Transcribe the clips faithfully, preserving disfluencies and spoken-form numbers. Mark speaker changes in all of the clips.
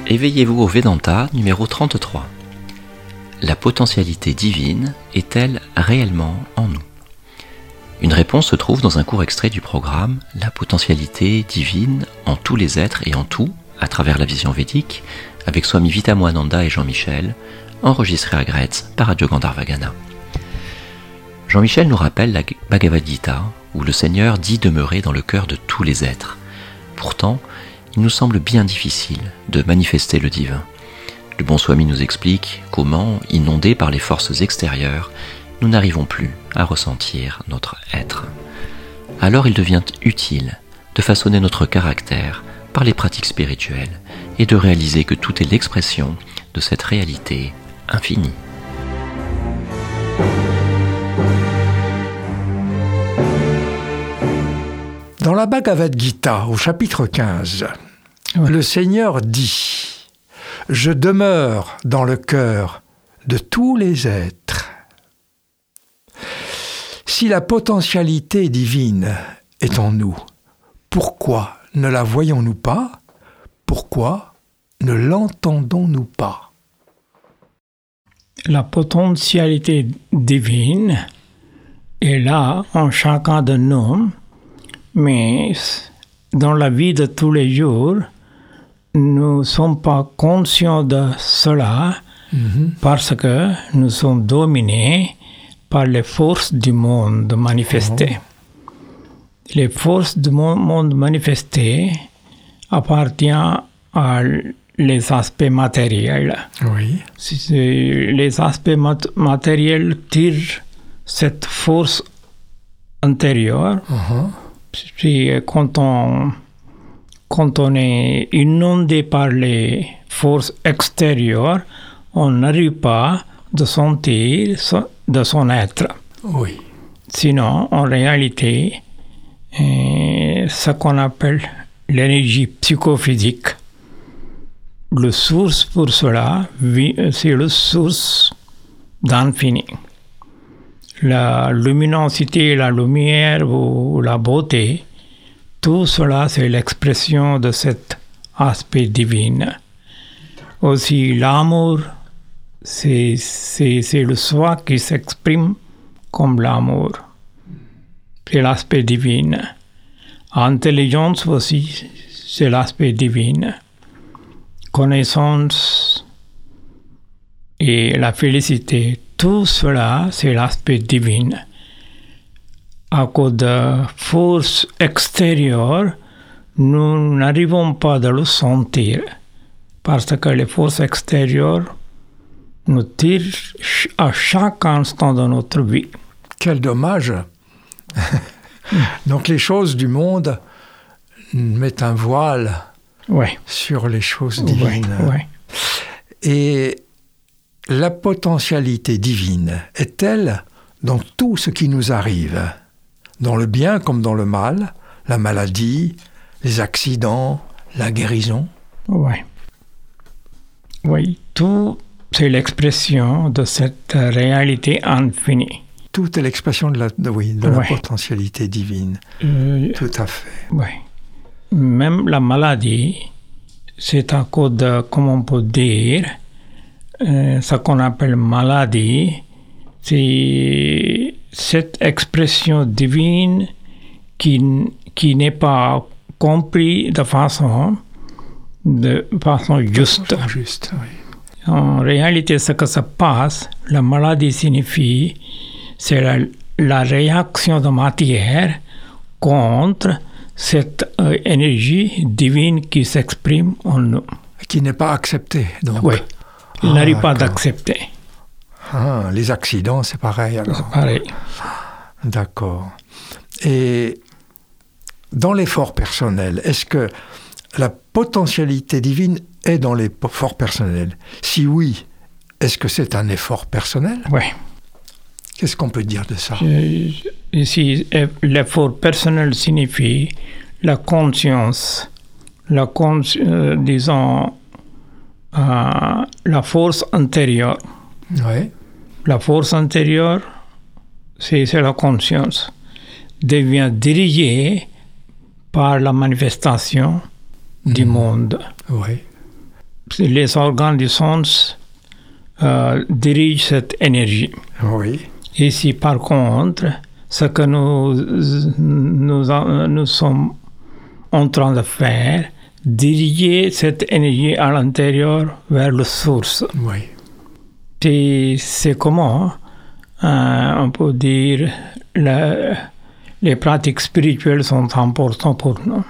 Speaker 1: Éveillez-vous au Vedanta numéro trente-trois. La potentialité divine est-elle réellement en nous ? Une réponse se trouve dans un court extrait du programme « La potentialité divine en tous les êtres et en tout, à travers la vision védique » avec Swami Vitamoananda et Jean-Michel, enregistré à Gretz par Radio Gandharvagana. Jean-Michel nous rappelle la Bhagavad Gita, où le Seigneur dit demeurer dans le cœur de tous les êtres. Pourtant, il nous semble bien difficile de manifester le divin. Le bon Swami nous explique comment, inondés par les forces extérieures, nous n'arrivons plus à ressentir notre être. Alors il devient utile de façonner notre caractère par les pratiques spirituelles et de réaliser que tout est l'expression de cette réalité infinie.
Speaker 2: Dans la Bhagavad Gita, au chapitre quinze, ouais. Le Seigneur dit « Je demeure dans le cœur de tous les êtres ». Si la potentialité divine est en nous, pourquoi ne la voyons-nous pas ? Pourquoi ne l'entendons-nous pas ?
Speaker 3: La potentialité divine est là en chacun de nous, mais dans la vie de tous les jours, nous ne sommes pas conscients de cela mm-hmm. parce que nous sommes dominés par les forces du monde manifesté. Oh. Les forces du monde manifesté appartiennent à les aspects matériels.
Speaker 2: Oui.
Speaker 3: Les aspects mat- matériels tirent cette force intérieure. Uh-huh. Puis quand on, quand on est inondé par les forces extérieures, on n'arrive pas de sentir de son être.
Speaker 2: Oui.
Speaker 3: Sinon, en réalité, euh, ce qu'on appelle l'énergie psychophysique, le source pour cela, c'est le source d'infini. La luminosité, la lumière ou la beauté, tout cela c'est l'expression de cet aspect divin. Aussi l'amour, c'est, c'est, c'est le soi qui s'exprime comme l'amour. C'est l'aspect divin. Intelligence aussi, c'est l'aspect divin. Connaissance et la félicité, tout cela, c'est l'aspect divin. À cause de forces extérieures, nous n'arrivons pas à le sentir. Parce que les forces extérieures nous tirent à chaque instant de notre vie.
Speaker 2: Quel dommage! Donc les choses du monde mettent un voile
Speaker 3: ouais.
Speaker 2: sur les choses divines.
Speaker 3: Ouais, ouais.
Speaker 2: Et la potentialité divine est-elle dans tout ce qui nous arrive, dans le bien comme dans le mal, la maladie, les accidents, la guérison ?
Speaker 3: Oui. Oui, tout c'est l'expression de cette réalité infinie.
Speaker 2: Tout est l'expression de la, de, oui, de
Speaker 3: ouais.
Speaker 2: la potentialité divine.
Speaker 3: Euh,
Speaker 2: tout à fait.
Speaker 3: Oui. Même la maladie, c'est à cause de, comment on peut dire, Euh, ce qu'on appelle maladie, c'est cette expression divine qui, qui n'est pas comprise de façon, de façon juste.
Speaker 2: juste oui.
Speaker 3: En réalité, ce que ça passe, la maladie signifie, c'est la, la réaction de matière contre cette euh, énergie divine qui s'exprime en nous.
Speaker 2: Qui n'est pas acceptée, donc.
Speaker 3: Oui. Il
Speaker 2: ah,
Speaker 3: n'arrive pas
Speaker 2: d'accord.
Speaker 3: d'accepter.
Speaker 2: Ah, les accidents, c'est pareil alors.
Speaker 3: C'est pareil.
Speaker 2: D'accord. Et dans l'effort personnel, est-ce que la potentialité divine est dans l'effort personnel ? Si oui, est-ce que c'est un effort personnel ?
Speaker 3: Oui.
Speaker 2: Qu'est-ce qu'on peut dire de ça ?
Speaker 3: Je, ici, l'effort personnel signifie la conscience, la consci- euh, disons, Euh, la force intérieure.
Speaker 2: Oui.
Speaker 3: La force intérieure, c'est, c'est la conscience, devient dirigée par la manifestation mmh. du monde.
Speaker 2: Oui.
Speaker 3: les organes du sens euh, dirigent cette énergie.
Speaker 2: Oui.
Speaker 3: Ici, par contre, ce que nous, nous, nous sommes en train de faire, diriger cette énergie à l'intérieur vers la source.
Speaker 2: Oui.
Speaker 3: Et c'est comment, euh, on peut dire, la, les pratiques spirituelles sont importantes pour nous.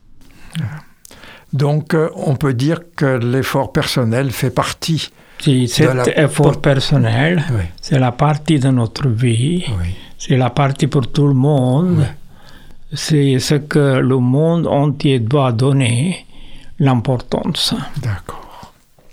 Speaker 2: Donc, euh, on peut dire que l'effort personnel fait partie
Speaker 3: Si cet
Speaker 2: la...
Speaker 3: effort personnel,
Speaker 2: oui.
Speaker 3: c'est la partie de notre vie,
Speaker 2: oui.
Speaker 3: c'est la partie pour tout le monde, oui. C'est ce que le monde entier doit donner l'importance.
Speaker 2: D'accord.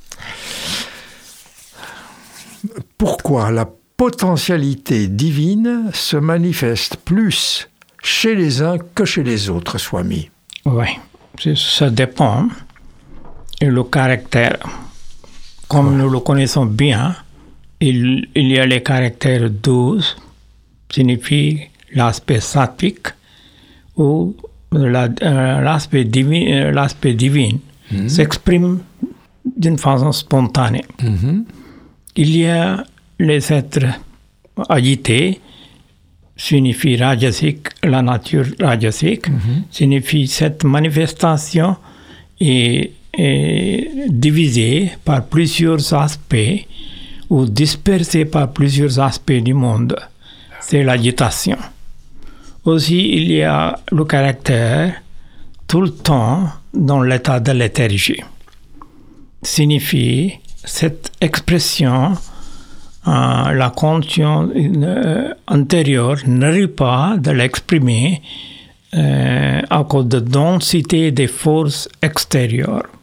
Speaker 2: Pourquoi la potentialité divine se manifeste plus chez les uns que chez les autres, Swami?
Speaker 3: Oui, ça dépend. Et le caractère, comme oui. nous le connaissons bien, il, il y a les caractères douze, signifie l'aspect sattvique, ou la, euh, l'aspect divin, euh, l'aspect divin mm-hmm. s'exprime d'une façon spontanée.
Speaker 2: Mm-hmm.
Speaker 3: Il y a les êtres agités, signifie rajasique, la nature rajasique, mm-hmm. signifie cette manifestation est, est divisée par plusieurs aspects ou dispersée par plusieurs aspects du monde. C'est l'agitation. Aussi, il y a le caractère tout le temps dans l'état de léthargie. Signifie cette expression, euh, la conscience euh, antérieure n'arrive pas de l'exprimer euh, à cause de densité des forces extérieures.